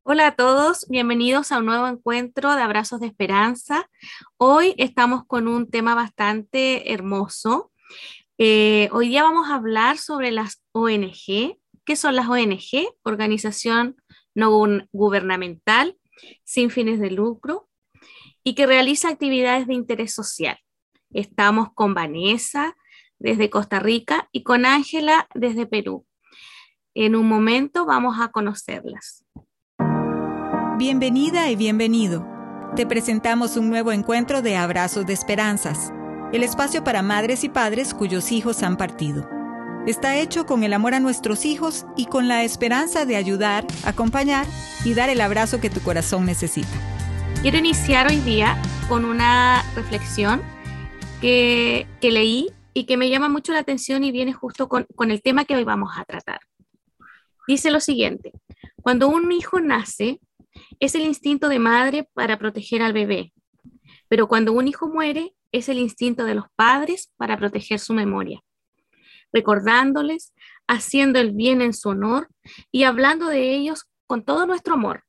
Hola a todos, bienvenidos a un nuevo encuentro de Abrazos de Esperanza. Hoy estamos con un tema bastante hermoso. Hoy día vamos a hablar sobre las ONG. ¿Qué son las ONG? Organización no gubernamental sin fines de lucro y que realiza actividades de interés social. Estamos con Vanessa desde Costa Rica y con Ángela desde Perú. En un momento vamos a conocerlas. Bienvenida y bienvenido. Te presentamos un nuevo encuentro de Abrazos de Esperanzas, el espacio para madres y padres cuyos hijos han partido. Está hecho con el amor a nuestros hijos y con la esperanza de ayudar, acompañar y dar el abrazo que tu corazón necesita. Quiero iniciar hoy día con una reflexión que leí y que me llama mucho la atención y viene justo con el tema que hoy vamos a tratar. Dice lo siguiente: cuando un hijo nace, es el instinto de madre para proteger al bebé, pero cuando un hijo muere, es el instinto de los padres para proteger su memoria, recordándoles, haciendo el bien en su honor y hablando de ellos con todo nuestro amor.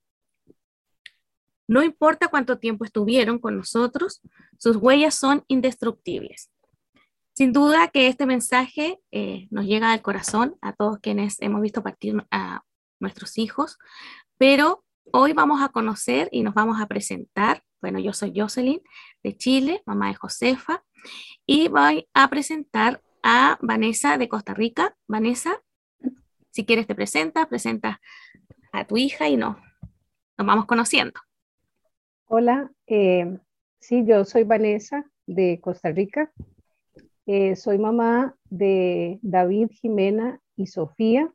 No importa cuánto tiempo estuvieron con nosotros, sus huellas son indestructibles. Sin duda que este mensaje nos llega al corazón a todos quienes hemos visto partir a nuestros hijos, pero hoy vamos a conocer y nos vamos a presentar. Bueno, yo soy Jocelyn de Chile, mamá de Josefa, y voy a presentar a Vanessa de Costa Rica. Vanessa, si quieres te presentas a tu hija y nos vamos conociendo. Hola, sí, yo soy Vanessa de Costa Rica. Soy mamá de David, Jimena y Sofía.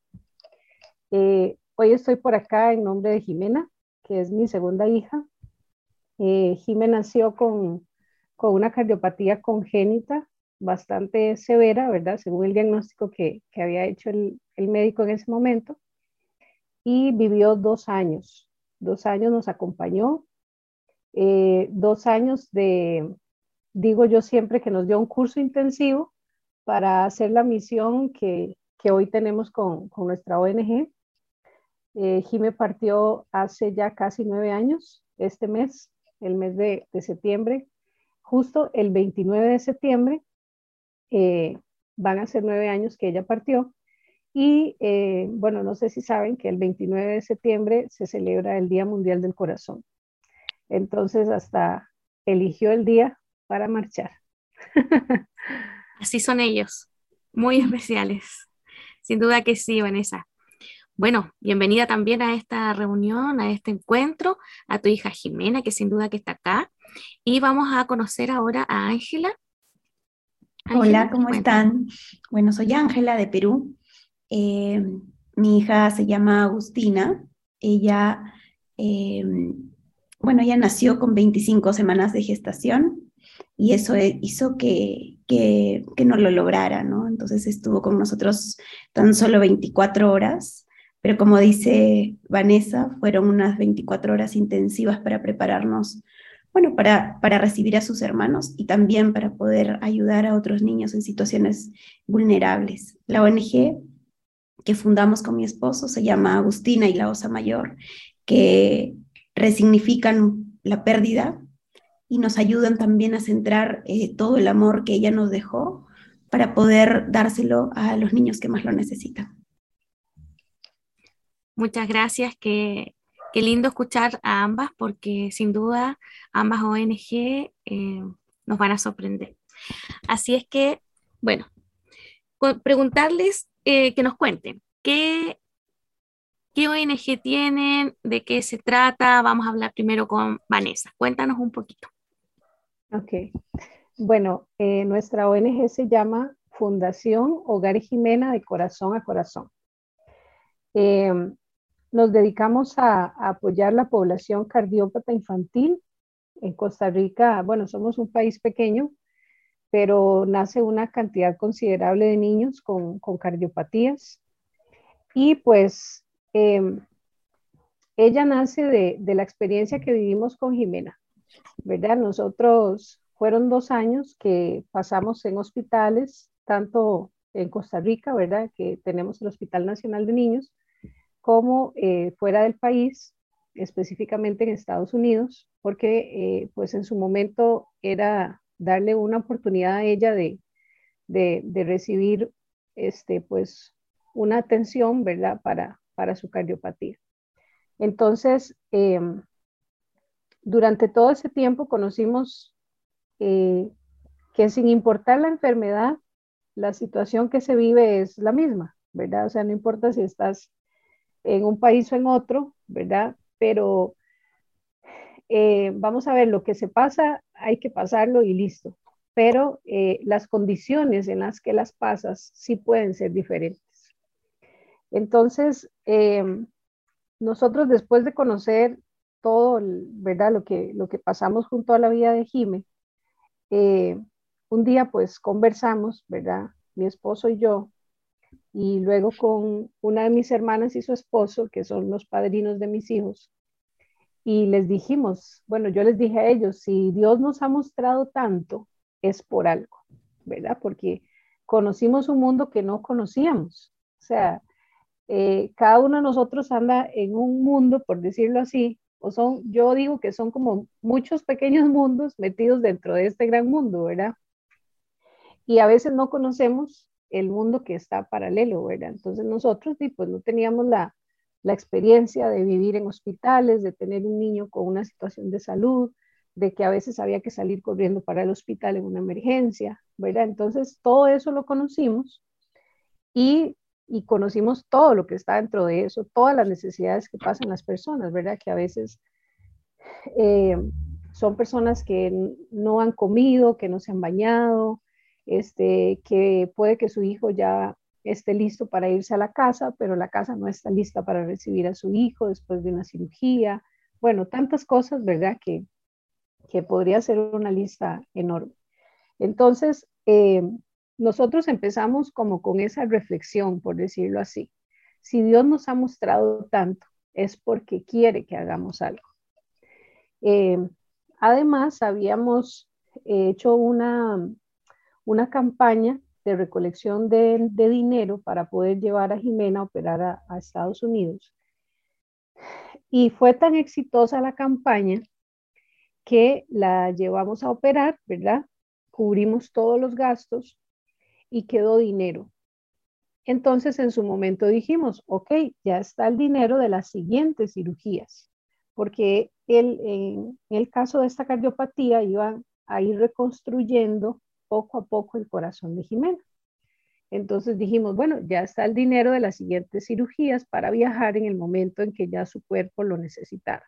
Hoy estoy por acá en nombre de Jimena, que es mi segunda hija. Jimena nació con una cardiopatía congénita bastante severa, ¿verdad? Según el diagnóstico que había hecho el médico en ese momento. Y vivió 2 años. 2 años nos acompañó. 2 años digo yo siempre que nos dio un curso intensivo para hacer la misión que hoy tenemos con nuestra ONG. Jime partió hace ya casi 9 años, este mes, el mes de septiembre, justo el 29 de septiembre, van a ser 9 años que ella partió. Y bueno, no sé si saben que el 29 de septiembre se celebra el Día Mundial del Corazón. Entonces hasta eligió el día para marchar. Así son ellos, muy especiales. Sin duda que sí, Vanessa. Bueno, bienvenida también a esta reunión, a este encuentro, a tu hija Jimena, que sin duda que está acá. Y vamos a conocer ahora a Ángela. Hola, Ángela, ¿cómo cuéntanos. están? Bueno, soy Ángela de Perú. Eh, Mi hija se llama Agustina. Ella, eh, bueno, ella nació con 25 semanas de gestación y eso hizo que no lo lograra, ¿no? Entonces estuvo con nosotros tan solo 24 horas, pero como dice Vanessa, fueron unas 24 horas intensivas para prepararnos, bueno, para recibir a sus hermanos y también para poder ayudar a otros niños en situaciones vulnerables. La ONG que fundamos con mi esposo se llama Agustina y la Osa Mayor, que resignifican la pérdida y nos ayudan también a centrar todo el amor que ella nos dejó para poder dárselo a los niños que más lo necesitan. Muchas gracias. Qué lindo escuchar a ambas, porque sin duda ambas ONG nos van a sorprender. Así es que, bueno, preguntarles que nos cuenten qué ONG tienen, de qué se trata. Vamos a hablar primero con Vanessa. Cuéntanos un poquito. Ok, bueno, nuestra ONG se llama Fundación Hogar Jimena de Corazón a Corazón. Eh, Nos dedicamos a apoyar la población cardiópata infantil en Costa Rica. Bueno, somos un país pequeño, pero nace una cantidad considerable de niños con cardiopatías. Y pues ella nace de la experiencia que vivimos con Jimena, ¿verdad? Nosotros fueron 2 años que pasamos en hospitales, tanto en Costa Rica, ¿verdad? Que tenemos el Hospital Nacional de Niños, como fuera del país. específicamente en Estados Unidos, porque pues en su momento era darle una oportunidad a ella de recibir pues una atención, ¿verdad? Para su cardiopatía. Entonces, durante todo ese tiempo conocimos que sin importar la enfermedad, la situación que se vive es la misma, ¿verdad? O sea, no importa si estás en un país o en otro, ¿verdad? Pero vamos a ver, lo que se pasa, hay que pasarlo y listo. Pero las condiciones en las que las pasas sí pueden ser diferentes. Entonces, nosotros después de conocer todo, ¿verdad? Lo que pasamos junto a la vida de Jime, un día pues conversamos, ¿verdad? Mi esposo y yo, y luego con una de mis hermanas y su esposo, que son los padrinos de mis hijos, y les dijimos, bueno, yo les dije a ellos, si Dios nos ha mostrado tanto, es por algo, ¿verdad? Porque conocimos un mundo que no conocíamos. O sea, cada uno de nosotros anda en un mundo, por decirlo así, yo digo que son como muchos pequeños mundos metidos dentro de este gran mundo, ¿verdad? Y a veces no conocemos el mundo que está paralelo, ¿verdad? Entonces nosotros, pues no teníamos la experiencia de vivir en hospitales, de tener un niño con una situación de salud, de que a veces había que salir corriendo para el hospital en una emergencia, ¿verdad? Entonces todo eso lo conocimos y, y conocimos todo lo que está dentro de eso, todas las necesidades que pasan las personas, ¿verdad? Que a veces eh, son personas que no han comido, que no se han bañado, que puede que su hijo ya esté listo para irse a la casa, pero la casa no está lista para recibir a su hijo después de una cirugía. Bueno, tantas cosas, ¿verdad? Que podría ser una lista enorme. Entonces, nosotros empezamos como con esa reflexión, por decirlo así. Si Dios nos ha mostrado tanto, es porque quiere que hagamos algo. Eh, Además, habíamos hecho una campaña de recolección de dinero para poder llevar a Jimena a operar a Estados Unidos. Y fue tan exitosa la campaña que la llevamos a operar, ¿verdad? Cubrimos todos los gastos y quedó dinero. Entonces, en su momento dijimos, ok, ya está el dinero de las siguientes cirugías, porque en el caso de esta cardiopatía iban a ir reconstruyendo poco a poco el corazón de Jimena. Entonces dijimos, bueno, ya está el dinero de las siguientes cirugías para viajar en el momento en que ya su cuerpo lo necesitara.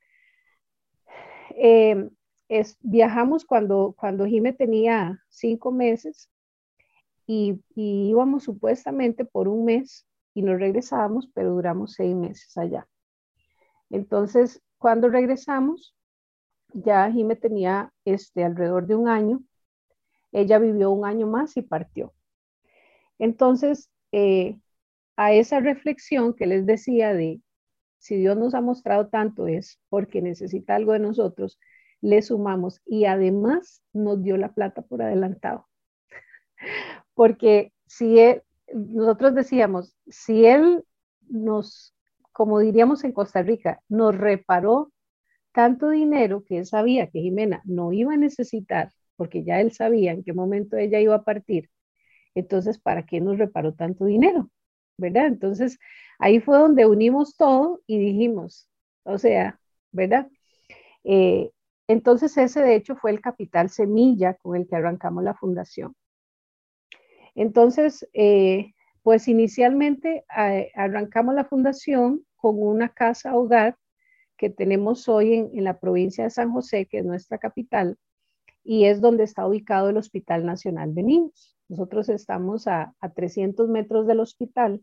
Viajamos cuando Jime tenía 5 meses y íbamos supuestamente por un mes y nos regresábamos, pero duramos 6 meses allá. Entonces, cuando regresamos, ya Jime tenía alrededor de un año. Ella vivió un año más y partió. Entonces, a esa reflexión que les decía de si Dios nos ha mostrado tanto es porque necesita algo de nosotros, le sumamos y además nos dio la plata por adelantado. Porque nosotros decíamos, si Él nos, como diríamos en Costa Rica, nos reparó tanto dinero que Él sabía que Jimena no iba a necesitar, porque ya Él sabía en qué momento ella iba a partir, entonces, ¿para qué nos reparó tanto dinero? ¿Verdad? Entonces, ahí fue donde unimos todo y dijimos, o sea, ¿verdad? Eh, entonces, ese de hecho fue el capital semilla con el que arrancamos la fundación. Entonces, pues inicialmente arrancamos la fundación con una casa hogar que tenemos hoy en la provincia de San José, que es nuestra capital, y es donde está ubicado el Hospital Nacional de Niños. Nosotros estamos a 300 metros del hospital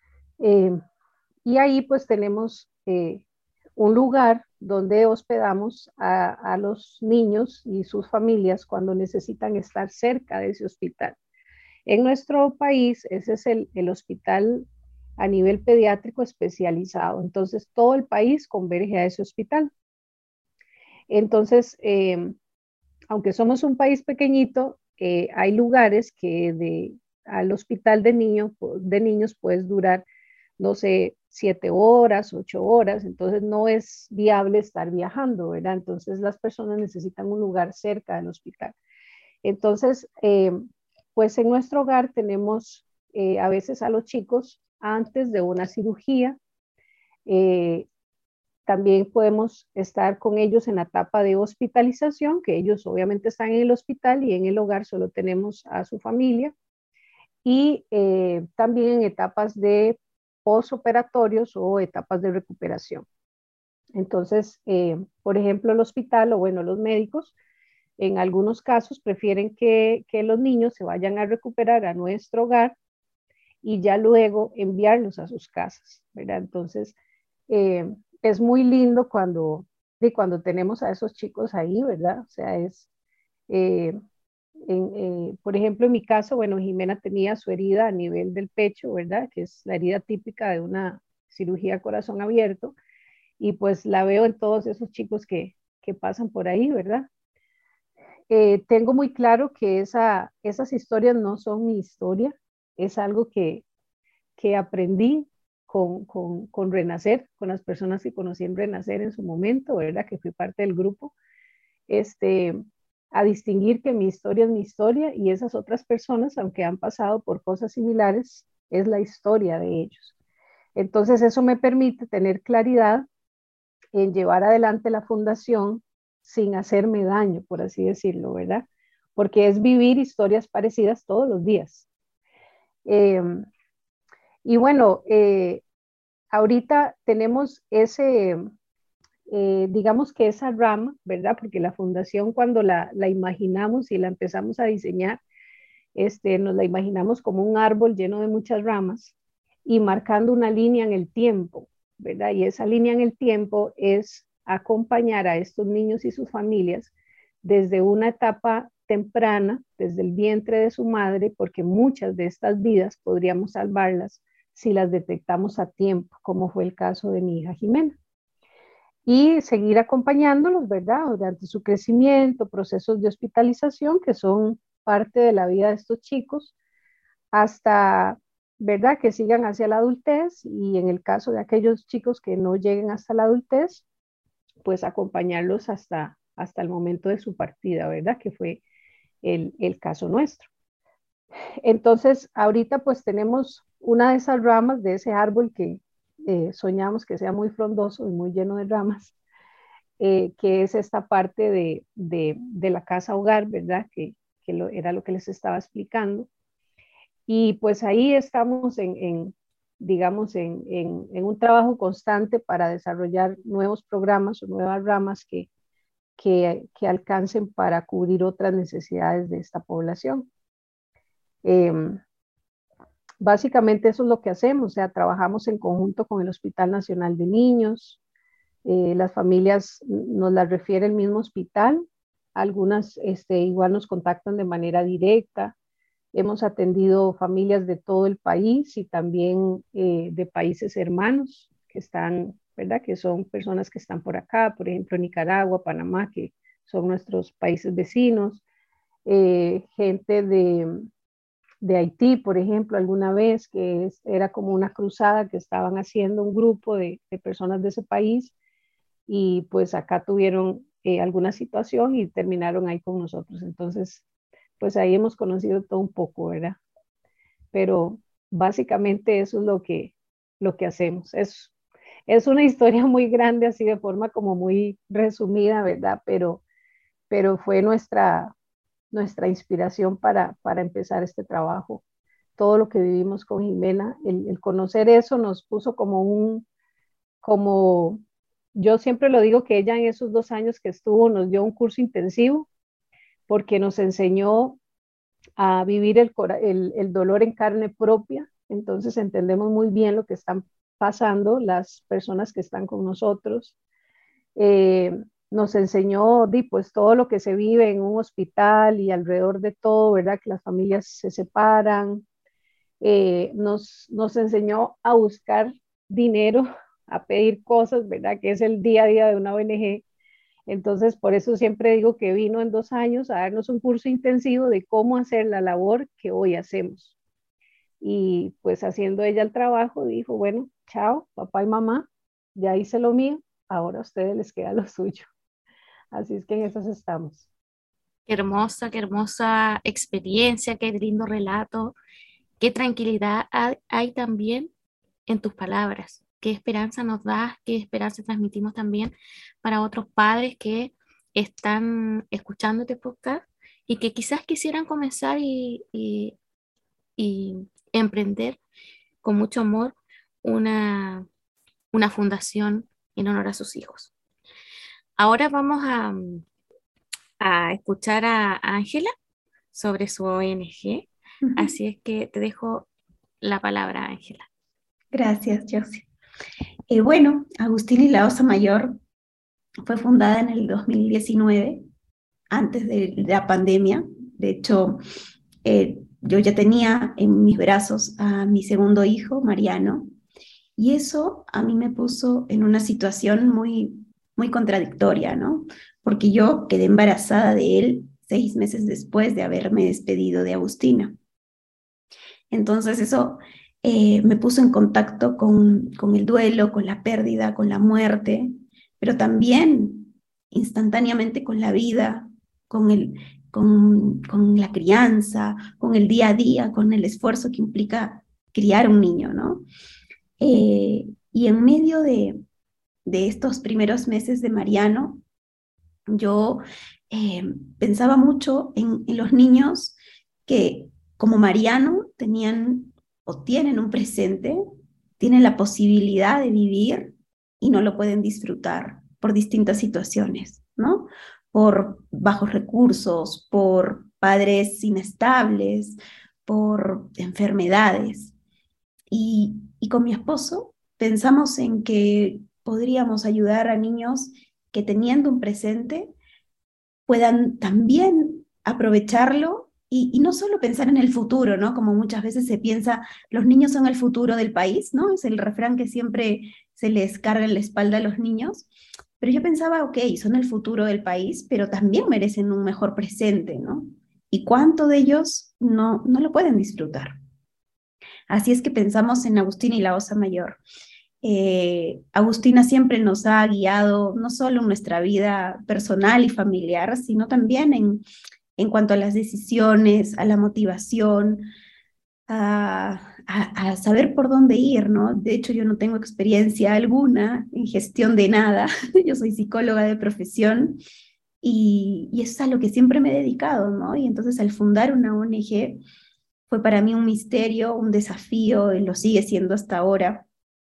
y ahí pues tenemos un lugar donde hospedamos a los niños y sus familias cuando necesitan estar cerca de ese hospital. En nuestro país, ese es el hospital a nivel pediátrico especializado. Entonces, todo el país converge a ese hospital. Entonces, aunque somos un país pequeñito, hay lugares que al hospital de niños puedes durar no sé, 7 horas, 8 horas, entonces no es viable estar viajando, ¿verdad? Entonces las personas necesitan un lugar cerca del hospital. Entonces, pues en nuestro hogar tenemos a veces a los chicos antes de una cirugía. eh, También podemos estar con ellos en la etapa de hospitalización, que ellos obviamente están en el hospital y en el hogar solo tenemos a su familia. Y también en etapas de posoperatorios o etapas de recuperación. Entonces, por ejemplo, el hospital o bueno, los médicos en algunos casos prefieren que los niños se vayan a recuperar a nuestro hogar y ya luego enviarlos a sus casas, ¿verdad? Entonces, es muy lindo cuando tenemos a esos chicos ahí, ¿verdad? O sea, eh, por ejemplo, en mi caso, bueno, Jimena tenía su herida a nivel del pecho, ¿verdad? Que es la herida típica de una cirugía corazón abierto, y pues la veo en todos esos chicos que pasan por ahí, ¿verdad? Tengo muy claro que esas historias no son mi historia, es algo que aprendí con Renacer, con las personas que conocí en Renacer en su momento, ¿verdad? Que fui parte del grupo, este, a distinguir que mi historia es mi historia y esas otras personas, aunque han pasado por cosas similares, es la historia de ellos. Entonces eso me permite tener claridad en llevar adelante la fundación sin hacerme daño, por así decirlo, ¿verdad? Porque es vivir historias parecidas todos los días. Eh, y bueno, ahorita tenemos digamos que esa rama, ¿verdad? Porque la fundación cuando la imaginamos y la empezamos a diseñar, nos la imaginamos como un árbol lleno de muchas ramas y marcando una línea en el tiempo, ¿verdad? Y esa línea en el tiempo es acompañar a estos niños y sus familias desde una etapa temprana, desde el vientre de su madre, porque muchas de estas vidas podríamos salvarlas si las detectamos a tiempo, como fue el caso de mi hija Jimena. Y seguir acompañándolos, ¿verdad? Durante su crecimiento, procesos de hospitalización que son parte de la vida de estos chicos, hasta, ¿verdad? Que sigan hacia la adultez y en el caso de aquellos chicos que no lleguen hasta la adultez, pues acompañarlos hasta el momento de su partida, ¿verdad? Que fue el caso nuestro. Entonces, ahorita pues tenemos una de esas ramas de ese árbol que soñamos que sea muy frondoso y muy lleno de ramas, que es esta parte de la casa hogar, ¿verdad? Era lo que les estaba explicando. Y pues ahí estamos digamos, en un trabajo constante para desarrollar nuevos programas o nuevas ramas que alcancen para cubrir otras necesidades de esta población. Básicamente eso es lo que hacemos, o sea, trabajamos en conjunto con el Hospital Nacional de Niños, las familias nos las refiere el mismo hospital, algunas igual nos contactan de manera directa. Hemos atendido familias de todo el país y también de países hermanos que están, ¿verdad? Que son personas que están por acá, por ejemplo, Nicaragua, Panamá, que son nuestros países vecinos, gente de Haití, por ejemplo, alguna vez que era como una cruzada que estaban haciendo un grupo de personas de ese país y pues acá tuvieron alguna situación y terminaron ahí con nosotros. Entonces, pues ahí hemos conocido todo un poco, ¿verdad? Pero básicamente eso es lo que hacemos. Es una historia muy grande, así de forma como muy resumida, ¿verdad? Pero fue nuestra inspiración para empezar este trabajo. Todo lo que vivimos con Jimena, el conocer eso nos puso como yo siempre lo digo que ella en esos 2 años que estuvo nos dio un curso intensivo porque nos enseñó a vivir el dolor en carne propia. Entonces entendemos muy bien lo que están pasando las personas que están con nosotros. Nos enseñó pues todo lo que se vive en un hospital y alrededor de todo, ¿verdad? Que las familias se separan. Nos enseñó a buscar dinero, a pedir cosas, ¿verdad? Que es el día a día de una ONG. Entonces, por eso siempre digo que vino en 2 años a darnos un curso intensivo de cómo hacer la labor que hoy hacemos. y pues haciendo ella el trabajo dijo, bueno, chao, papá y mamá, ya hice lo mío, ahora a ustedes les queda lo suyo. Así es que en esas estamos. Qué hermosa experiencia, qué lindo relato, qué tranquilidad hay también en tus palabras, qué esperanza nos das, qué esperanza transmitimos también para otros padres que están escuchando este podcast y que quizás quisieran comenzar y emprender con mucho amor una, una fundación en honor a sus hijos. Ahora vamos a escuchar a Ángela sobre su ONG, Ujú. así es que te dejo la palabra, Ángela. Gracias, Josie. Bueno, Agustín y la Osa Mayor fue fundada en el 2019, antes de la pandemia. De hecho, yo ya tenía en mis brazos a mi segundo hijo, Mariano, y eso a mí me puso en una situación muy contradictoria, ¿no? Porque yo quedé embarazada de él 6 meses después de haberme despedido de Agustina. Entonces eso me puso en contacto con el duelo, con la pérdida, con la muerte, pero también instantáneamente con la vida, con la crianza, con el día a día, con el esfuerzo que implica criar un niño, ¿no? Y en medio de estos primeros meses de Mariano, yo eh, pensaba mucho en los niños que, como Mariano, tenían o tienen un presente, tienen la posibilidad de vivir y no lo pueden disfrutar por distintas situaciones, ¿no? Por bajos recursos, por padres inestables, por enfermedades. Y con mi esposo pensamos en que podríamos ayudar a niños que teniendo un presente puedan también aprovecharlo y no solo pensar en el futuro, ¿no? Como muchas veces se piensa, los niños son el futuro del país, ¿no? Es el refrán que siempre se les carga en la espalda a los niños. Pero yo pensaba, ok, son el futuro del país, pero también merecen un mejor presente, ¿no? ¿Y cuánto de ellos no lo pueden disfrutar? Así es que pensamos en Agustín y la Osa Mayor. Agustina siempre nos ha guiado no solo en nuestra vida personal y familiar, sino también en cuanto a las decisiones, a la motivación, a saber por dónde ir, ¿no? De hecho, yo no tengo experiencia alguna en gestión de nada, yo soy psicóloga de profesión y eso es a lo que siempre me he dedicado, ¿no? Y entonces al fundar una ONG fue para mí un misterio, un desafío, y lo sigue siendo hasta ahora.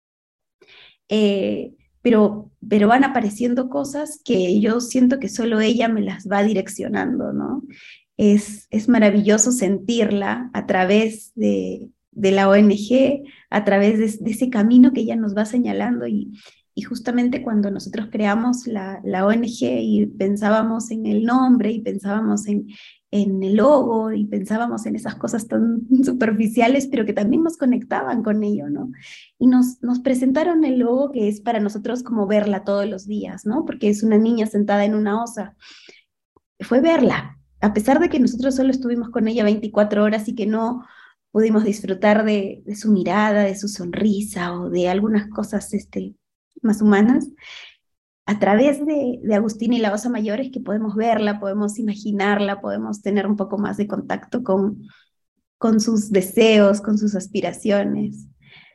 Eh, pero van apareciendo cosas que yo siento que solo ella me las va direccionando, ¿no? Es maravilloso sentirla a través de la ONG, a través de ese camino que ella nos va señalando y justamente cuando nosotros creamos la ONG y pensábamos en el nombre y pensábamos en el logo y pensábamos en esas cosas tan superficiales, pero que también nos conectaban con ello, ¿no? Y nos presentaron el logo que es para nosotros como verla todos los días, ¿no? Porque es una niña sentada en una osa. Fue verla, a pesar de que nosotros solo estuvimos con ella 24 horas y que no pudimos disfrutar de su mirada, de su sonrisa o de algunas cosas más humanas, a través de Agustín y la Osa Mayor es que podemos verla, podemos imaginarla, podemos tener un poco más de contacto con sus deseos, con sus aspiraciones.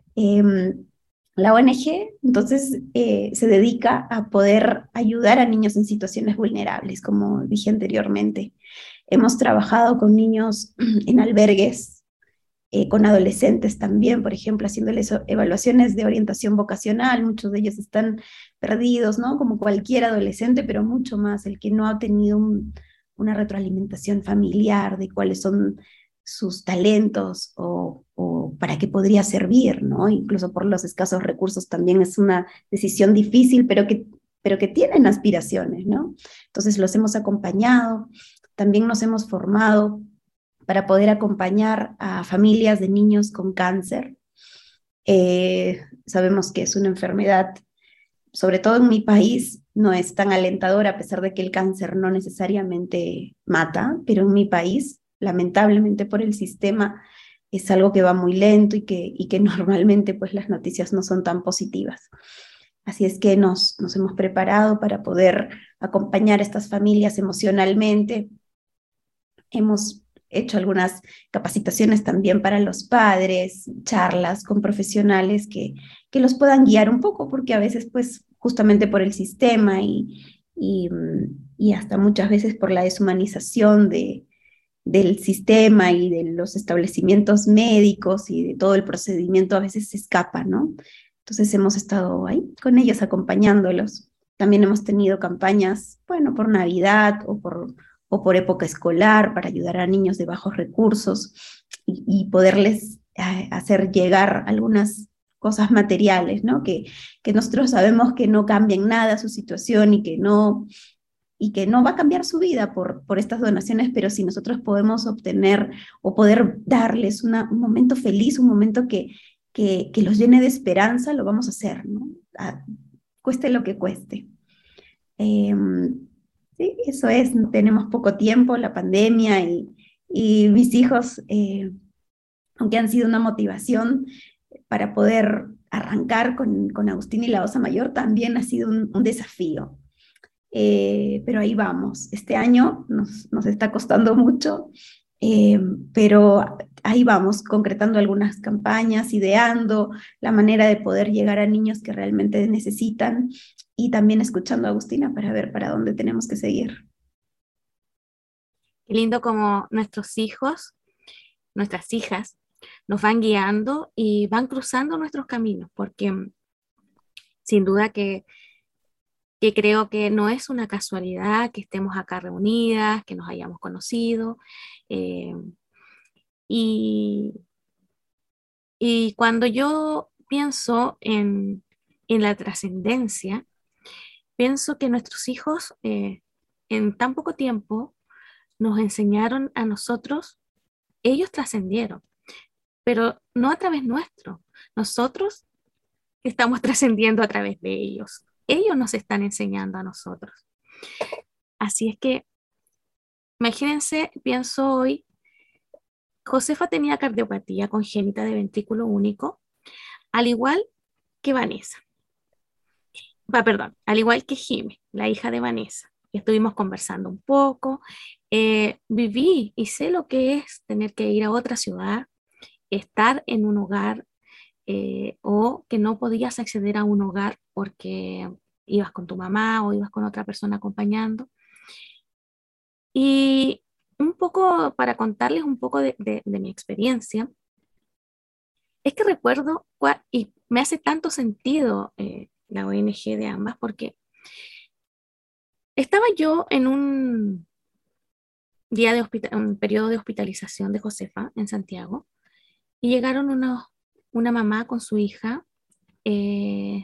La ONG entonces se dedica a poder ayudar a niños en situaciones vulnerables, como dije anteriormente. Hemos trabajado con niños en albergues, con adolescentes también, por ejemplo, haciéndoles evaluaciones de orientación vocacional. Muchos de ellos están perdidos, ¿no? Como cualquier adolescente, pero mucho más el que no ha tenido una retroalimentación familiar de cuáles son sus talentos o para qué podría servir, ¿no? Incluso por los escasos recursos también es una decisión difícil, pero que tienen aspiraciones, ¿no? Entonces los hemos acompañado, también nos hemos formado para poder acompañar a familias de niños con cáncer. Sabemos que es una enfermedad, sobre todo en mi país, no es tan alentadora, a pesar de que el cáncer no necesariamente mata, pero en mi país, lamentablemente por el sistema, es algo que va muy lento y que normalmente pues las noticias no son tan positivas. Así es que nos hemos preparado para poder acompañar a estas familias emocionalmente. Hemos hecho algunas capacitaciones también para los padres, charlas con profesionales que los puedan guiar un poco, porque a veces, pues, justamente por el sistema y hasta muchas veces por la deshumanización del sistema y de los establecimientos médicos y de todo el procedimiento, a veces se escapa, ¿no? Entonces hemos estado ahí con ellos acompañándolos. También hemos tenido campañas, bueno, por Navidad o por época escolar para ayudar a niños de bajos recursos y poderles hacer llegar algunas cosas materiales, ¿no? Que nosotros sabemos que no cambian nada su situación y que no va a cambiar su vida por estas donaciones, pero si nosotros podemos obtener o poder darles un momento feliz, un momento que los llene de esperanza, lo vamos a hacer, ¿no? Cueste lo que cueste. Sí, eso es, tenemos poco tiempo, la pandemia y mis hijos, aunque han sido una motivación para poder arrancar con Agustín y la Osa Mayor, también ha sido un desafío. Pero ahí vamos. Este año nos está costando mucho, pero ahí vamos, concretando algunas campañas, ideando la manera de poder llegar a niños que realmente necesitan y también escuchando a Agustina para ver para dónde tenemos que seguir. Qué lindo como nuestros hijos, nuestras hijas, nos van guiando y van cruzando nuestros caminos, porque sin duda que creo que no es una casualidad que estemos acá reunidas, que nos hayamos conocido. eh, y, y cuando yo pienso en la trascendencia, pienso que nuestros hijos en tan poco tiempo nos enseñaron a nosotros, ellos trascendieron, pero no a través nuestro. Nosotros estamos trascendiendo a través de ellos. Ellos nos están enseñando a nosotros. Así es que, imagínense, pienso hoy, Josefa tenía cardiopatía congénita de ventrículo único, al igual que Vanessa. Perdón, al igual que Jime, la hija de Vanessa. Estuvimos conversando un poco, viví y sé lo que es tener que ir a otra ciudad, estar en un hogar o que no podías acceder a un hogar porque ibas con tu mamá o ibas con otra persona acompañando. Y un poco para contarles un poco de mi experiencia, es que recuerdo, y me hace tanto sentido la ONG de ambas, porque estaba yo en un un periodo de hospitalización de Josefa en Santiago, y llegaron una mamá con su hija eh,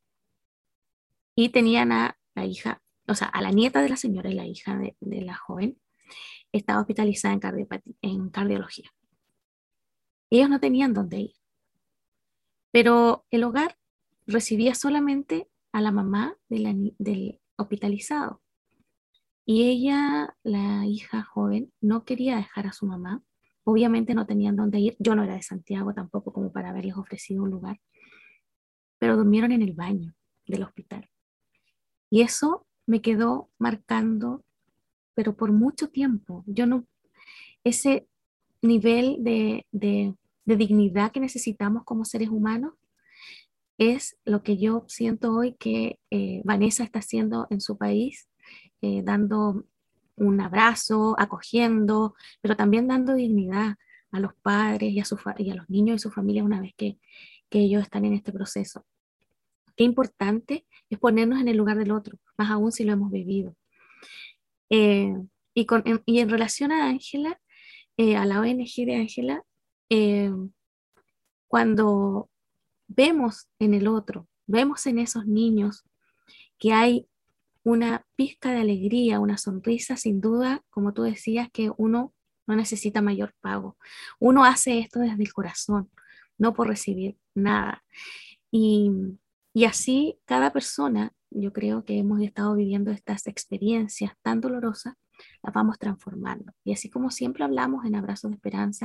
y tenían a la hija, o sea, a la nieta de la señora y la hija de la joven, estaba hospitalizada en cardiología. Ellos no tenían dónde ir, pero el hogar recibía solamente a la mamá del hospitalizado. Y ella, la hija joven, no quería dejar a su mamá. Obviamente no tenían dónde ir. Yo no era de Santiago tampoco como para haberles ofrecido un lugar, pero durmieron en el baño del hospital. Y eso me quedó marcando, pero por mucho tiempo. Yo no, ese nivel de dignidad que necesitamos como seres humanos es lo que yo siento hoy que Vanessa está haciendo en su país, dando un abrazo, acogiendo, pero también dando dignidad a los padres y a los niños y su familia una vez que ellos están en este proceso. Qué importante es ponernos en el lugar del otro, más aún si lo hemos vivido. Eh, y en relación a Ángela, a la ONG de Ángela, eh, cuando vemos en el otro, vemos en esos niños que hay una pizca de alegría, una sonrisa, sin duda, como tú decías, que uno no necesita mayor pago. Uno hace esto desde el corazón, no por recibir nada. Y, y así cada persona, yo creo que hemos estado viviendo estas experiencias tan dolorosas, las vamos transformando. Y así como siempre hablamos en Abrazos de Esperanza,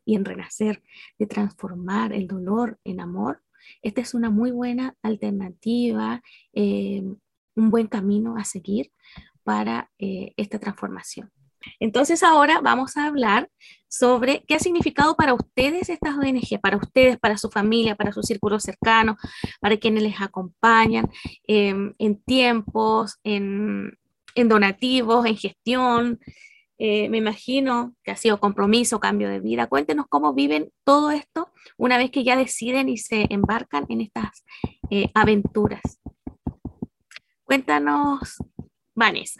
y en renacer, de transformar el dolor en amor, esta es una muy buena alternativa, un buen camino a seguir para esta transformación. Entonces ahora vamos a hablar sobre qué ha significado para ustedes estas ONG, para ustedes, para su familia, para su círculo cercano, para quienes les acompañan en tiempos, en donativos, en gestión. Me imagino que ha sido compromiso, cambio de vida. Cuéntenos cómo viven todo esto una vez que ya deciden y se embarcan en estas aventuras. Cuéntanos, Vanessa.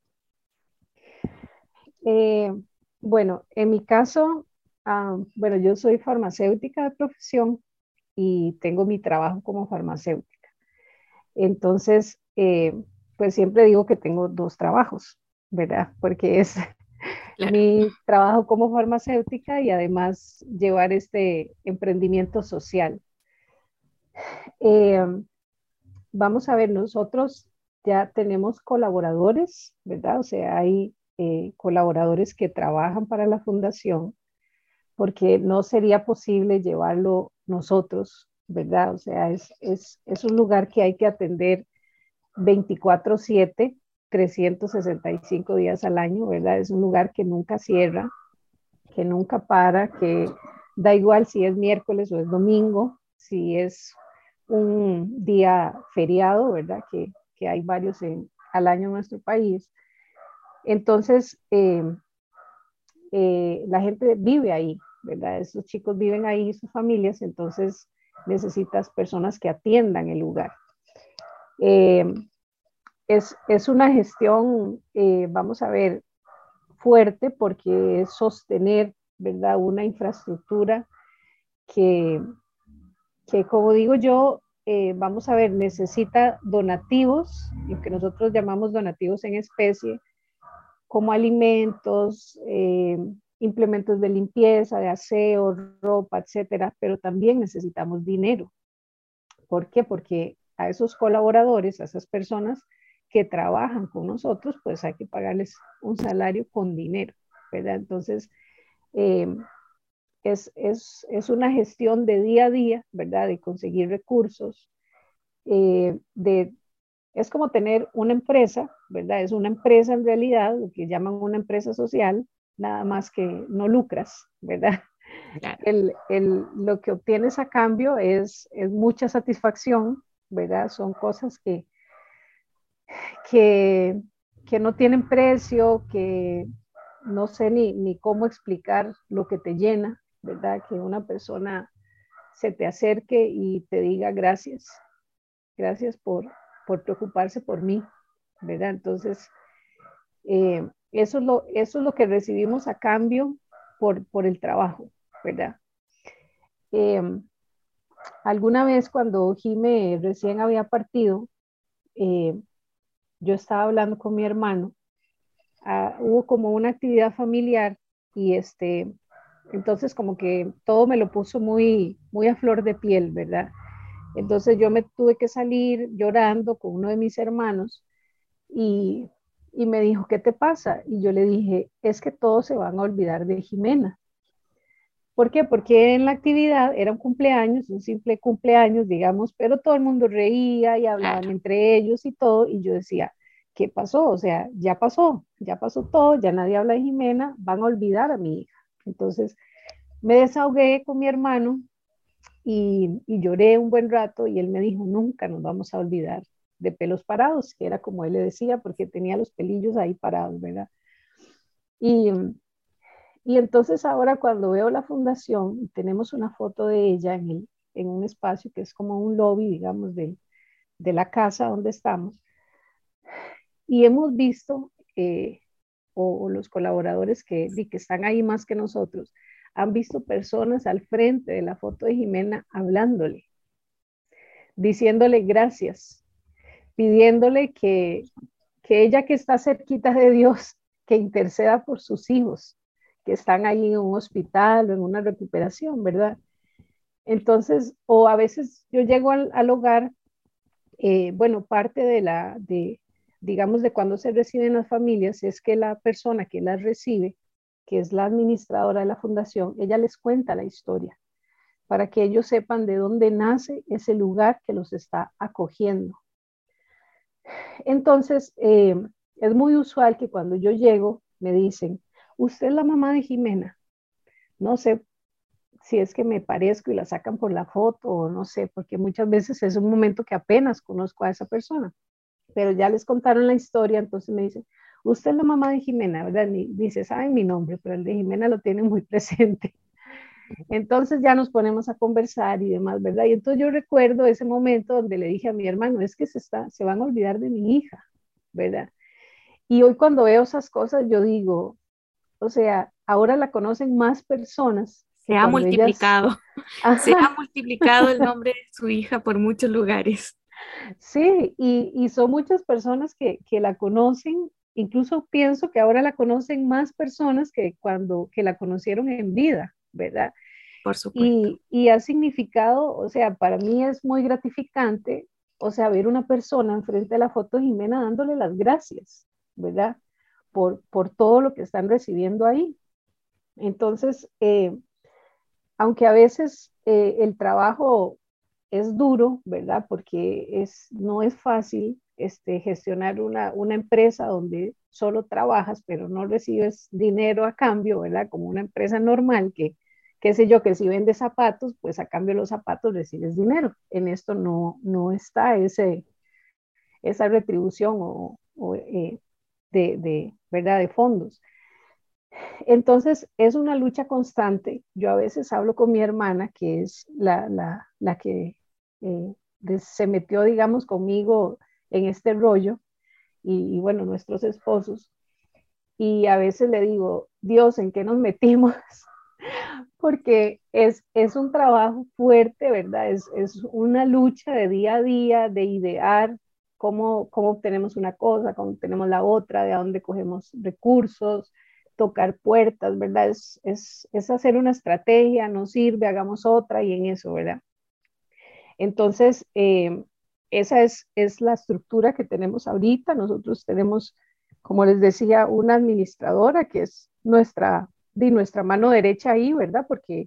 Bueno, en mi caso, bueno, yo soy farmacéutica de profesión y tengo mi trabajo como farmacéutica. Entonces, pues siempre digo que tengo dos trabajos, ¿verdad? Porque es Claro. mi trabajo como farmacéutica y además llevar este emprendimiento social. Eh, Vamos a ver, nosotros ya tenemos colaboradores, ¿verdad? O sea, hay colaboradores que trabajan para la fundación porque no sería posible llevarlo nosotros, ¿verdad? O sea, es un lugar que hay que atender 24/7, 365 días al año, ¿verdad? Es un lugar que nunca cierra, que nunca para, que da igual si es miércoles o es domingo, si es un día feriado, ¿verdad? Que hay varios al año en nuestro país. Entonces, la gente vive ahí, ¿verdad? Estos chicos viven ahí, sus familias, entonces necesitas personas que atiendan el lugar. Eh, es una gestión, vamos a ver, fuerte porque es sostener, ¿verdad? Una infraestructura que, que como digo yo, vamos a ver, necesita donativos, lo que nosotros llamamos donativos en especie, como alimentos, implementos de limpieza, de aseo, ropa, etcétera, pero también necesitamos dinero. ¿Por qué? Porque a esos colaboradores, a esas personas que trabajan con nosotros, pues hay que pagarles un salario con dinero, ¿verdad? Entonces, eh, es una gestión de día a día, ¿verdad? De conseguir recursos, de es como tener una empresa, ¿verdad? Es una empresa en realidad, lo que llaman una empresa social, nada más que no lucras, ¿verdad? Claro. Lo que obtienes a cambio es mucha satisfacción, ¿verdad? Son cosas que, que no tienen precio, que no sé ni cómo explicar lo que te llena, ¿verdad? Que una persona se te acerque y te diga gracias por preocuparse por mí, ¿verdad? Entonces, eso es lo que recibimos a cambio por el trabajo, ¿verdad? Eh, Alguna vez cuando Jime recién había partido, eh, yo estaba hablando con mi hermano, hubo como una actividad familiar y entonces como que todo me lo puso muy a flor de piel, ¿verdad? Entonces yo me tuve que salir llorando con uno de mis hermanos y, y me dijo, ¿qué te pasa? Y yo le dije, es que todos se van a olvidar de Jimena. ¿Por qué? Porque en la actividad era un cumpleaños, un simple cumpleaños, digamos, pero todo el mundo reía y hablaban Claro. entre ellos y todo, y yo decía, ¿qué pasó? O sea, ya pasó todo, ya nadie habla de Jimena, van a olvidar a mi hija. Entonces me desahogué con mi hermano y lloré un buen rato y él me dijo, nunca nos vamos a olvidar de pelos parados, que era como él le decía, porque tenía los pelillos ahí parados, ¿verdad? Y, y entonces ahora cuando veo la fundación, tenemos una foto de ella en un espacio que es como un lobby, digamos, de la casa donde estamos, y hemos visto, o los colaboradores que están ahí más que nosotros, han visto personas al frente de la foto de Jimena hablándole, diciéndole gracias, pidiéndole que ella que está cerquita de Dios, que interceda por sus hijos, que están ahí en un hospital o en una recuperación, ¿verdad? Entonces, o a veces yo llego al hogar, bueno, parte digamos, de cuando se reciben las familias es que la persona que las recibe, que es la administradora de la fundación, ella les cuenta la historia para que ellos sepan de dónde nace ese lugar que los está acogiendo. Entonces, es muy usual que cuando yo llego me dicen, usted es la mamá de Jimena. No sé si es que me parezco y la sacan por la foto o no sé, porque muchas veces es un momento que apenas conozco a esa persona, pero ya les contaron la historia, entonces me dicen, usted es la mamá de Jimena, ¿verdad? Dice, saben mi nombre, pero el de Jimena lo tienen muy presente. Entonces ya nos ponemos a conversar y demás, ¿verdad? Y entonces yo recuerdo ese momento donde le dije a mi hermano, es que se van a olvidar de mi hija, ¿verdad? Y hoy cuando veo esas cosas, yo digo, o sea, ahora la conocen más personas Se que ha cuando ellas... multiplicado, se ha multiplicado el nombre de su hija por muchos lugares. Sí, y son muchas personas que la conocen, incluso pienso que ahora la conocen más personas que cuando que la conocieron en vida, ¿verdad? Por supuesto. Y ha significado, o sea, para mí es muy gratificante, o sea, ver una persona enfrente de la foto de Jimena dándole las gracias, ¿verdad? Por todo lo que están recibiendo ahí. Entonces, aunque a veces el trabajo es duro, ¿verdad? Porque no es fácil gestionar una empresa donde solo trabajas, pero no recibes dinero a cambio, ¿verdad? Como una empresa normal que, qué sé yo, que si vendes zapatos, pues a cambio de los zapatos recibes dinero. En esto no está esa retribución ¿verdad? De fondos. Entonces, es una lucha constante. Yo a veces hablo con mi hermana, que es la que se metió, digamos, conmigo en este rollo, y bueno, nuestros esposos, y a veces le digo, Dios, ¿en qué nos metimos? Porque es un trabajo fuerte, ¿verdad? Es una lucha de día a día, de idear cómo obtenemos una cosa, cómo obtenemos la otra, de dónde cogemos recursos, tocar puertas, ¿verdad? Es hacer una estrategia, no sirve, hagamos otra y en eso, ¿verdad? Entonces, esa es la estructura que tenemos ahorita. Nosotros tenemos, como les decía, una administradora que es nuestra mano derecha ahí, ¿verdad? Porque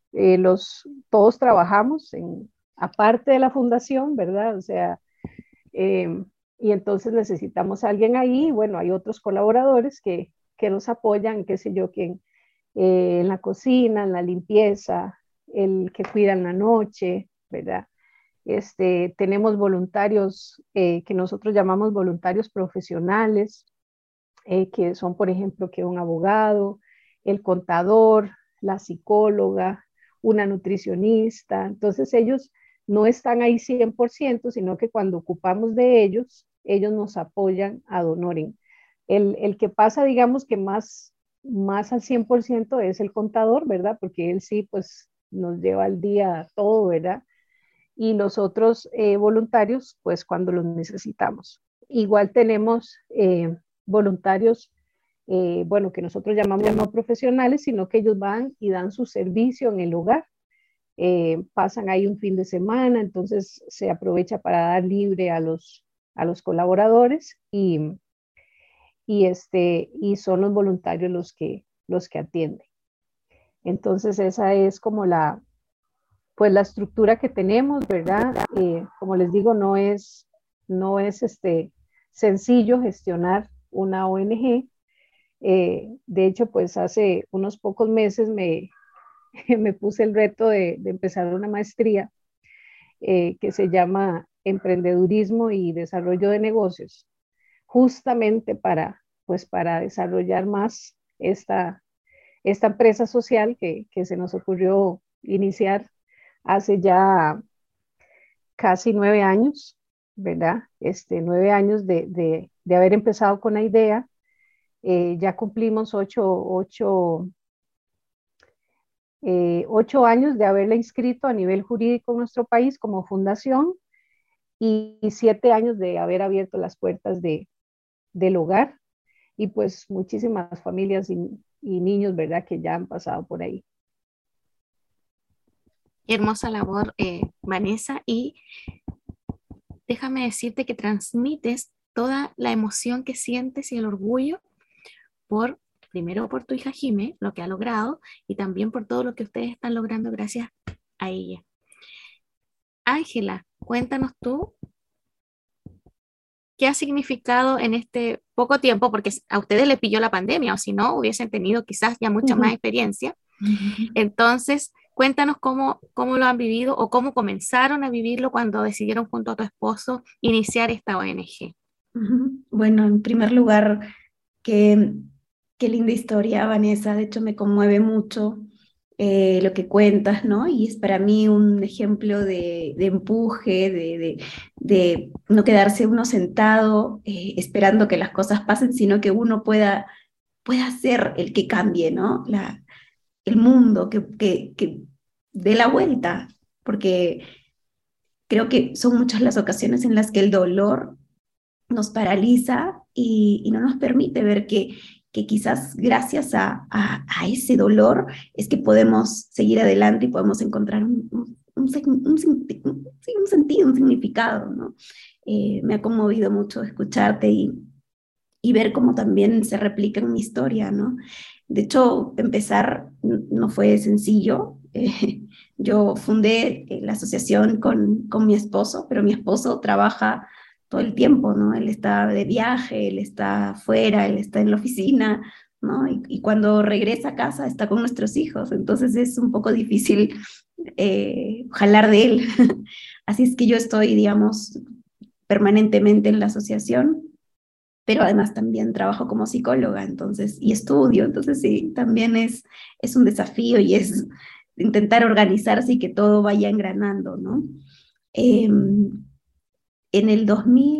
todos trabajamos aparte de la fundación, ¿verdad? O sea, eh, y entonces necesitamos a alguien ahí. Bueno, hay otros colaboradores que nos apoyan, qué sé yo, quién, en la cocina, en la limpieza, el que cuida en la noche, ¿verdad? Tenemos voluntarios que nosotros llamamos voluntarios profesionales, que son, por ejemplo, que un abogado, el contador, la psicóloga, una nutricionista. Entonces ellos no están ahí 100%, sino que cuando ocupamos de ellos, ellos nos apoyan ad honorem. El que pasa, digamos que más al 100% es el contador, ¿verdad? Porque él sí, pues nos lleva al día todo, ¿verdad? Y los otros voluntarios, pues cuando los necesitamos. Igual tenemos voluntarios, bueno, que nosotros llamamos no profesionales, sino que ellos van y dan su servicio en el hogar. Pasan ahí un fin de semana, entonces se aprovecha para dar libre a los colaboradores y son los voluntarios los que atienden. Entonces esa es como pues la estructura que tenemos, ¿verdad? Como les digo, no es sencillo gestionar una ONG. De hecho, pues hace unos pocos meses me puse el reto de empezar una maestría que se llama Emprendedurismo y Desarrollo de Negocios, justamente para desarrollar más esta empresa social que se nos ocurrió iniciar hace ya casi 9 años, ¿verdad? 9 años de haber empezado con la idea. Ya cumplimos 8 años de haberla inscrito a nivel jurídico en nuestro país como fundación y 7 años de haber abierto las puertas del hogar y pues muchísimas familias y niños, ¿verdad? Que ya han pasado por ahí. Hermosa labor, Vanessa, y déjame decirte que transmites toda la emoción que sientes y el orgullo por primero por tu hija Jime, lo que ha logrado, y también por todo lo que ustedes están logrando gracias a ella. Ángela, cuéntanos tú qué ha significado en este poco tiempo, porque a ustedes les pilló la pandemia, o si no, hubiesen tenido quizás ya mucha más experiencia. Entonces, cuéntanos cómo lo han vivido o cómo comenzaron a vivirlo cuando decidieron junto a tu esposo iniciar esta ONG. Bueno, en primer lugar, qué linda historia, Vanessa. De hecho, me conmueve mucho lo que cuentas, ¿no? Y es para mí un ejemplo de empuje, de no quedarse uno sentado esperando que las cosas pasen, sino que uno pueda ser el que cambie, ¿no? El mundo, que dé la vuelta, porque creo que son muchas las ocasiones en las que el dolor nos paraliza y no nos permite ver que quizás gracias a ese dolor es que podemos seguir adelante y podemos encontrar un sentido, un significado, ¿no? Me ha conmovido mucho escucharte y ver cómo también se replica en mi historia, ¿no? De hecho, empezar no fue sencillo. Yo fundé la asociación con mi esposo, pero mi esposo trabaja todo el tiempo, ¿no? Él está de viaje, él está afuera, él está en la oficina, ¿no? Y cuando regresa a casa está con nuestros hijos, entonces es un poco difícil jalar de él. Así es que yo estoy, digamos, permanentemente en la asociación, pero además también trabajo como psicóloga, entonces, y estudio, entonces sí, también es un desafío y es intentar organizarse y que todo vaya engranando, ¿no? En el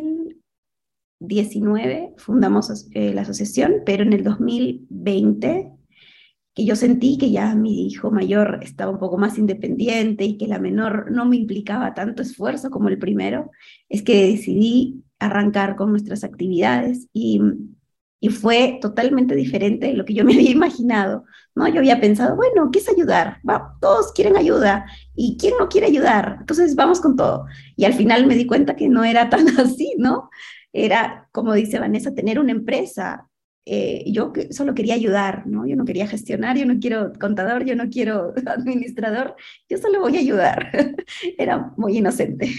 2019 fundamos la asociación, pero en el 2020, que yo sentí que ya mi hijo mayor estaba un poco más independiente y que la menor no me implicaba tanto esfuerzo como el primero, es que decidí arrancar con nuestras actividades y fue totalmente diferente de lo que yo me había imaginado, ¿no? Yo había pensado, bueno, ¿qué es ayudar? Todos quieren ayuda, ¿y quién no quiere ayudar? Entonces vamos con todo. Y al final me di cuenta que no era tan así, ¿no? Era, como dice Vanessa, tener una empresa. Yo solo quería ayudar, ¿no? Yo no quería gestionar, yo no quiero contador, yo no quiero administrador, yo solo voy a ayudar. Era muy inocente.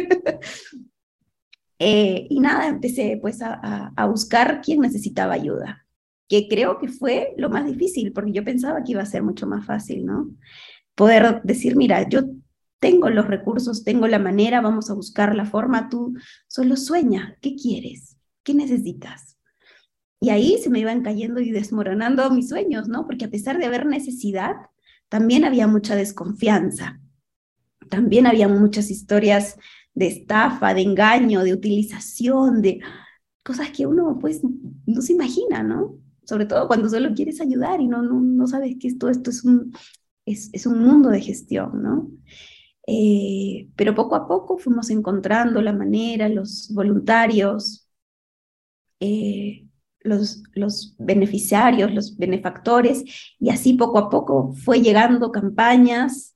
Y nada, empecé pues a buscar quién necesitaba ayuda, que creo que fue lo más difícil, porque yo pensaba que iba a ser mucho más fácil, ¿no? Poder decir, mira, yo tengo los recursos, tengo la manera, vamos a buscar la forma, tú solo sueña, ¿qué quieres? ¿Qué necesitas? Y ahí se me iban cayendo y desmoronando mis sueños, ¿no? Porque a pesar de haber necesidad, también había mucha desconfianza, también había muchas historias de estafa, de engaño, de utilización, de cosas que uno pues no se imagina, ¿no? Sobre todo cuando solo quieres ayudar y no sabes que esto es un mundo de gestión, ¿no? Pero poco a poco fuimos encontrando la manera, los voluntarios, los beneficiarios, los benefactores, y así poco a poco fue llegando campañas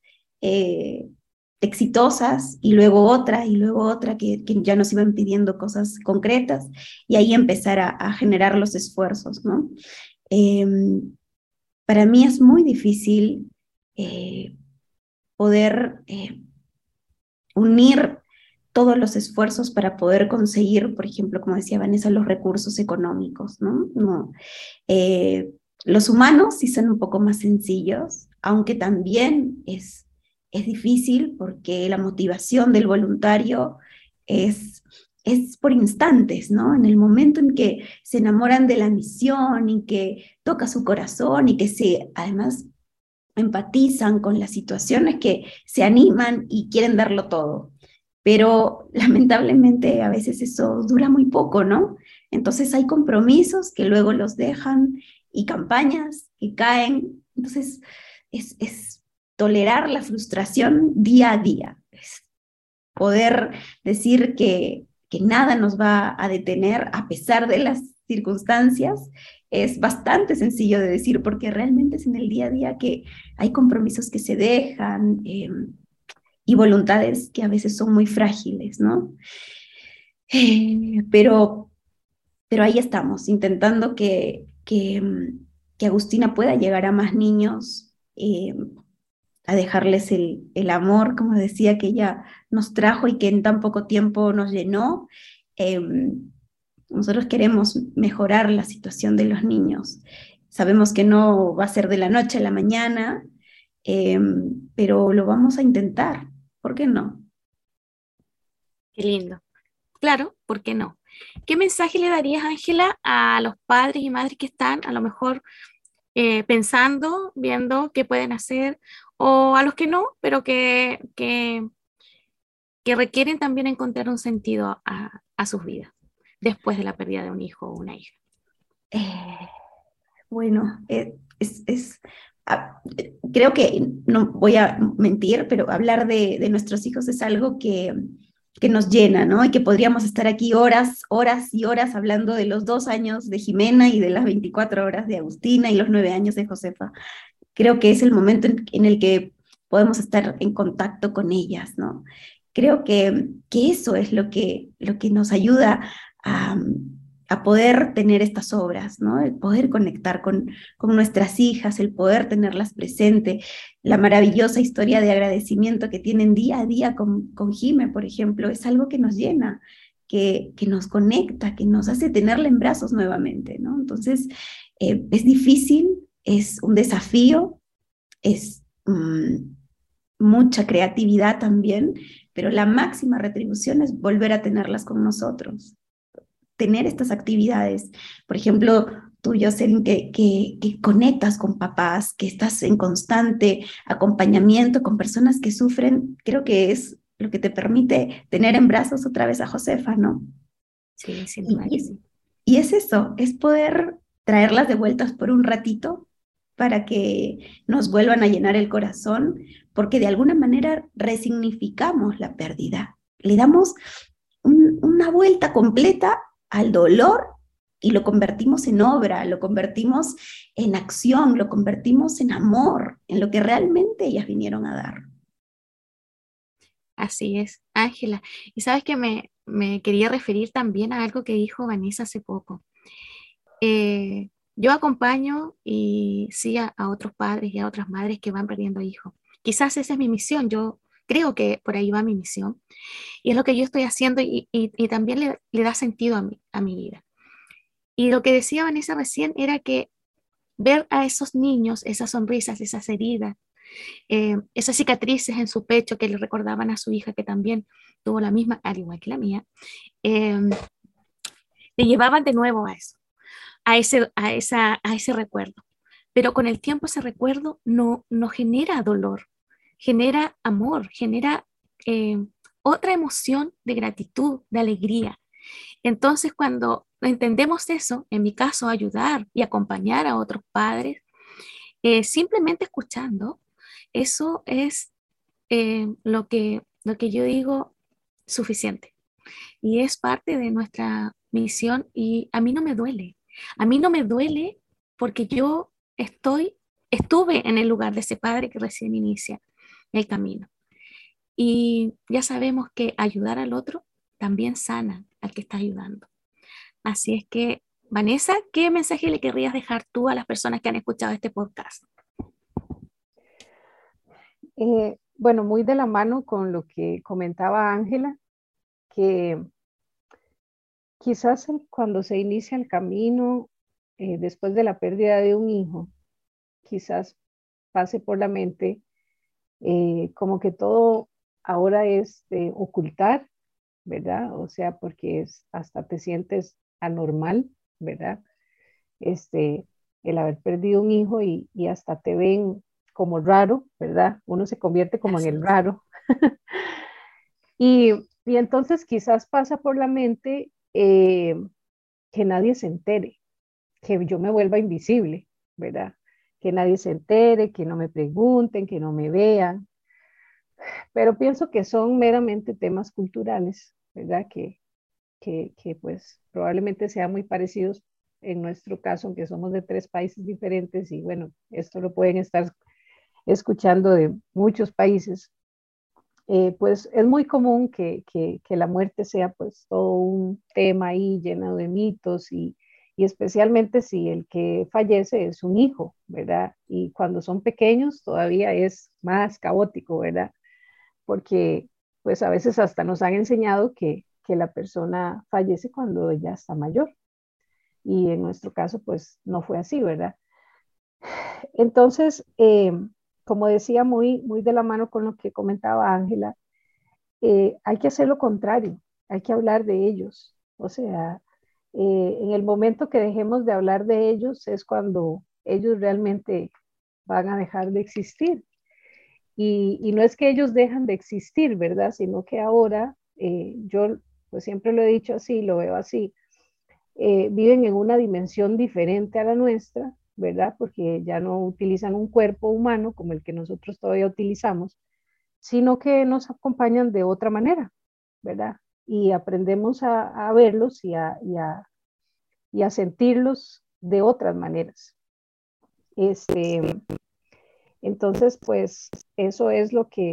exitosas, y luego otra, que ya nos iban pidiendo cosas concretas, y ahí empezar a generar los esfuerzos, ¿no? Para mí es muy difícil poder unir todos los esfuerzos para poder conseguir, por ejemplo, como decía Vanessa, los recursos económicos, ¿no? Los humanos sí son un poco más sencillos, aunque también es difícil porque la motivación del voluntario es por instantes, ¿no? En el momento en que se enamoran de la misión y que toca su corazón y que además empatizan con las situaciones, que se animan y quieren darlo todo. Pero lamentablemente a veces eso dura muy poco, ¿no? Entonces hay compromisos que luego los dejan y campañas que caen. Entonces es tolerar la frustración día a día. Es poder decir que nada nos va a detener a pesar de las circunstancias. Es bastante sencillo de decir porque realmente es en el día a día que hay compromisos que se dejan y voluntades que a veces son muy frágiles, ¿no? Pero ahí estamos, intentando que que Agustina pueda llegar a más niños, a dejarles el amor, como decía, que ella nos trajo y que en tan poco tiempo nos llenó. Eh, Nosotros queremos mejorar la situación de los niños. Sabemos que no va a ser de la noche a la mañana, eh, pero lo vamos a intentar. ¿Por qué no? Qué lindo. Claro, ¿por qué no? ¿Qué mensaje le darías, Ángela, a los padres y madres que están a lo mejor pensando, viendo qué pueden hacer, o a los que no, pero que requieren también encontrar un sentido a sus vidas después de la pérdida de un hijo o una hija? Eh, bueno, creo que no voy a mentir, pero hablar de nuestros hijos es algo que nos llena, ¿no? Y que podríamos estar aquí horas, horas y horas hablando de los 2 años de Jimena y de las 24 horas de Agustina y los 9 años de Josefa. Creo que es el momento en el que podemos estar en contacto con ellas, ¿no? Creo que eso es lo que nos ayuda a, a poder tener estas obras, ¿no? El poder conectar con nuestras hijas, el poder tenerlas presente, la maravillosa historia de agradecimiento que tienen día a día con Jime, por ejemplo, es algo que nos llena, que nos conecta, que nos hace tenerla en brazos nuevamente, ¿no? Entonces, es difícil, es un desafío, es mucha creatividad también, pero la máxima retribución es volver a tenerlas con nosotros, tener estas actividades. Por ejemplo, tú, Jocelyn, que conectas con papás, que estás en constante acompañamiento con personas que sufren, creo que es lo que te permite tener en brazos otra vez a Josefa, ¿no? Sí, sin duda que Y, sí. y es eso, es poder traerlas de vueltas por un ratito para que nos vuelvan a llenar el corazón, porque de alguna manera resignificamos la pérdida. Le damos una vuelta completa al dolor y lo convertimos en obra, lo convertimos en acción, lo convertimos en amor, en lo que realmente ellas vinieron a dar. Así es, Ángela. Y sabes que me quería referir también a algo que dijo Vanessa hace poco. Yo acompaño y sí a otros padres y a otras madres que van perdiendo hijos. Quizás esa es mi misión. Yo creo que por ahí va mi misión. Y es lo que yo estoy haciendo y también le da sentido a mi vida. Y lo que decía Vanessa recién era que ver a esos niños, esas sonrisas, esas heridas, esas cicatrices en su pecho que le recordaban a su hija que también tuvo la misma, al igual que la mía, eh, le llevaban de nuevo a eso, a ese recuerdo. Pero con el tiempo ese recuerdo no genera dolor, genera amor, genera otra emoción de gratitud, de alegría. Entonces, cuando entendemos eso, en mi caso, ayudar y acompañar a otros padres, simplemente escuchando, eso es lo que yo digo suficiente. Y es parte de nuestra misión y a mí no me duele. A mí no me duele porque yo estuve en el lugar de ese padre que recién inicia el camino. Y ya sabemos que ayudar al otro también sana al que está ayudando. Así es que, Vanessa, ¿qué mensaje le querrías dejar tú a las personas que han escuchado este podcast? Bueno, muy de la mano con lo que comentaba Ángela, que quizás cuando se inicia el camino después de la pérdida de un hijo, quizás pase por la mente como que todo ahora es de ocultar, ¿verdad? O sea, porque hasta te sientes anormal, ¿verdad? Este, el haber perdido un hijo y hasta te ven como raro, ¿verdad? Uno se convierte como en Así el es. raro. Y entonces quizás pasa por la mente que nadie se entere, que yo me vuelva invisible, ¿verdad? Que nadie se entere, que no me pregunten, que no me vean, pero pienso que son meramente temas culturales, ¿verdad? Que pues probablemente sean muy parecidos en nuestro caso, aunque somos de 3 países diferentes y bueno, esto lo pueden estar escuchando de muchos países. Pues es muy común que la muerte sea pues todo un tema ahí lleno de mitos y especialmente si el que fallece es un hijo, ¿verdad? Y cuando son pequeños todavía es más caótico, ¿verdad? Porque pues a veces hasta nos han enseñado que la persona fallece cuando ya está mayor. Y en nuestro caso, pues no fue así, ¿verdad? Entonces, como decía, muy de la mano con lo que comentaba Ángela, hay que hacer lo contrario, hay que hablar de ellos. O sea, en el momento que dejemos de hablar de ellos es cuando ellos realmente van a dejar de existir. Y no es que ellos dejan de existir, ¿verdad? Sino que ahora, yo pues siempre lo he dicho así, lo veo así, viven en una dimensión diferente a la nuestra, ¿verdad? Porque ya no utilizan un cuerpo humano como el que nosotros todavía utilizamos, sino que nos acompañan de otra manera, ¿verdad? Y aprendemos a verlos y a sentirlos de otras maneras. Entonces, pues eso es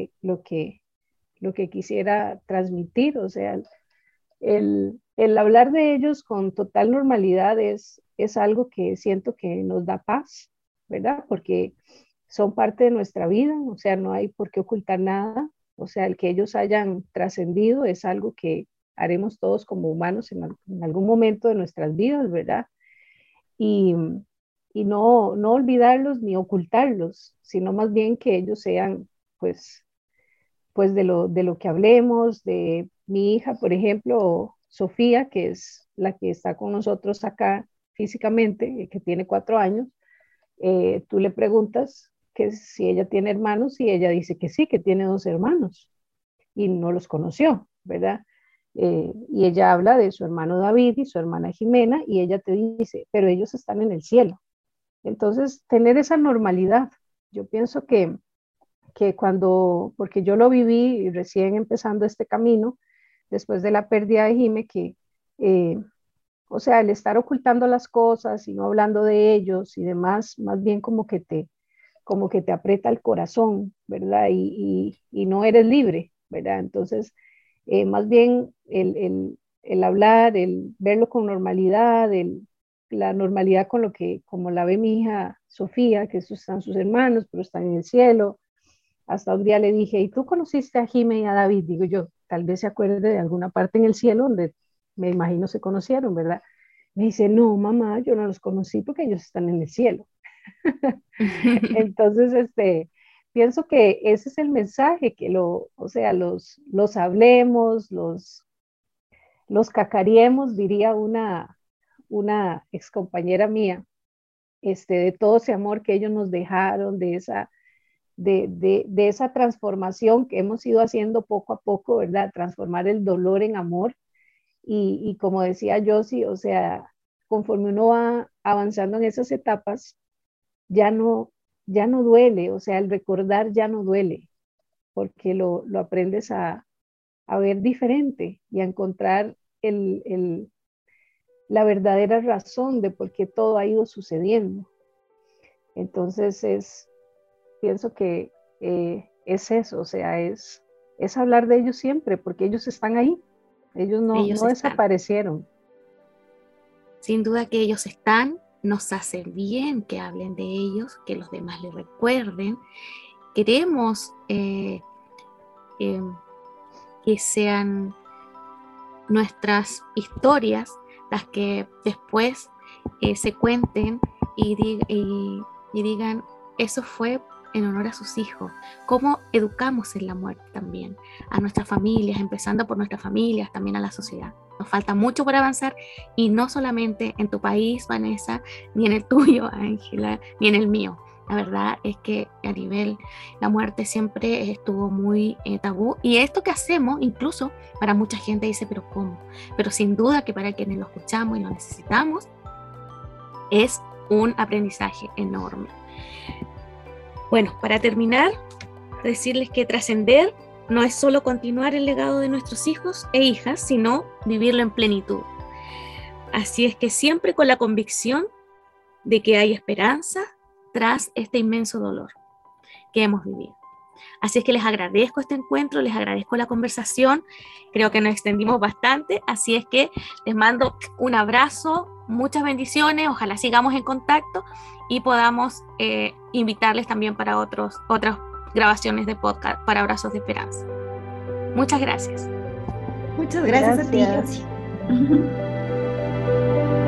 lo que quisiera transmitir, o sea, el hablar de ellos con total normalidad es algo que siento que nos da paz, ¿verdad? Porque son parte de nuestra vida, o sea, no hay por qué ocultar nada, o sea, el que ellos hayan trascendido es algo que haremos todos como humanos en algún momento de nuestras vidas, ¿verdad? Y, y no olvidarlos ni ocultarlos, sino más bien que ellos sean, pues de lo que hablemos, de mi hija, por ejemplo, Sofía, que es la que está con nosotros acá físicamente, que tiene 4 años, tú le preguntas que si ella tiene hermanos y ella dice que sí, que tiene 2 hermanos y no los conoció, ¿verdad? Y ella habla de su hermano David y su hermana Jimena y ella te dice, pero ellos están en el cielo. Entonces, tener esa normalidad, yo pienso que cuando, porque yo lo viví recién empezando este camino, después de la pérdida de Jime, eh, o sea, el estar ocultando las cosas y no hablando de ellos y demás, más bien como que te aprieta el corazón, ¿verdad? Y no eres libre, ¿verdad? Entonces, más bien el hablar, el verlo con normalidad, la normalidad con lo que, como la ve mi hija Sofía, que esos están sus hermanos, pero están en el cielo. Hasta un día le dije, ¿y tú conociste a Jimé y a David? Digo yo, tal vez se acuerde de alguna parte en el cielo donde me imagino se conocieron, ¿verdad? Me dice, no, mamá, yo no los conocí porque ellos están en el cielo. Entonces, pienso que ese es el mensaje, que o sea, los hablemos, los cacariemos, diría una ex compañera mía, de todo ese amor que ellos nos dejaron, de esa transformación que hemos ido haciendo poco a poco, ¿verdad? Transformar el dolor en amor. Y como decía Josie, o sea, conforme uno va avanzando en esas etapas, ya no, ya no duele, o sea, el recordar ya no duele, porque lo aprendes a ver diferente y a encontrar la verdadera razón de por qué todo ha ido sucediendo. Entonces pienso que es eso, o sea, es hablar de ellos siempre, porque ellos están ahí, ellos no desaparecieron. Sin duda que ellos están, nos hace bien que hablen de ellos, que los demás les recuerden. Queremos que sean nuestras historias las que después se cuenten y digan, eso fue en honor a sus hijos. Cómo educamos en la muerte también a nuestras familias, empezando por nuestras familias, también a la sociedad. Nos falta mucho por avanzar, y no solamente en tu país, Vanessa, ni en el tuyo, Ángela, ni en el mío. La verdad es que a nivel la muerte siempre estuvo muy tabú, y esto que hacemos incluso para mucha gente dice, pero ¿cómo? Pero sin duda que para quienes lo escuchamos y lo necesitamos es un aprendizaje enorme. Bueno, para terminar, decirles que trascender no es solo continuar el legado de nuestros hijos e hijas, sino vivirlo en plenitud. Así es que siempre con la convicción de que hay esperanza tras este inmenso dolor que hemos vivido. Así es que les agradezco este encuentro, les agradezco la conversación, creo que nos extendimos bastante, así es que les mando un abrazo Muchas bendiciones, ojalá sigamos en contacto y podamos invitarles también para otras grabaciones de podcast para Abrazos de Esperanza. Muchas gracias. Muchas gracias a ti, Gracias. Yossi.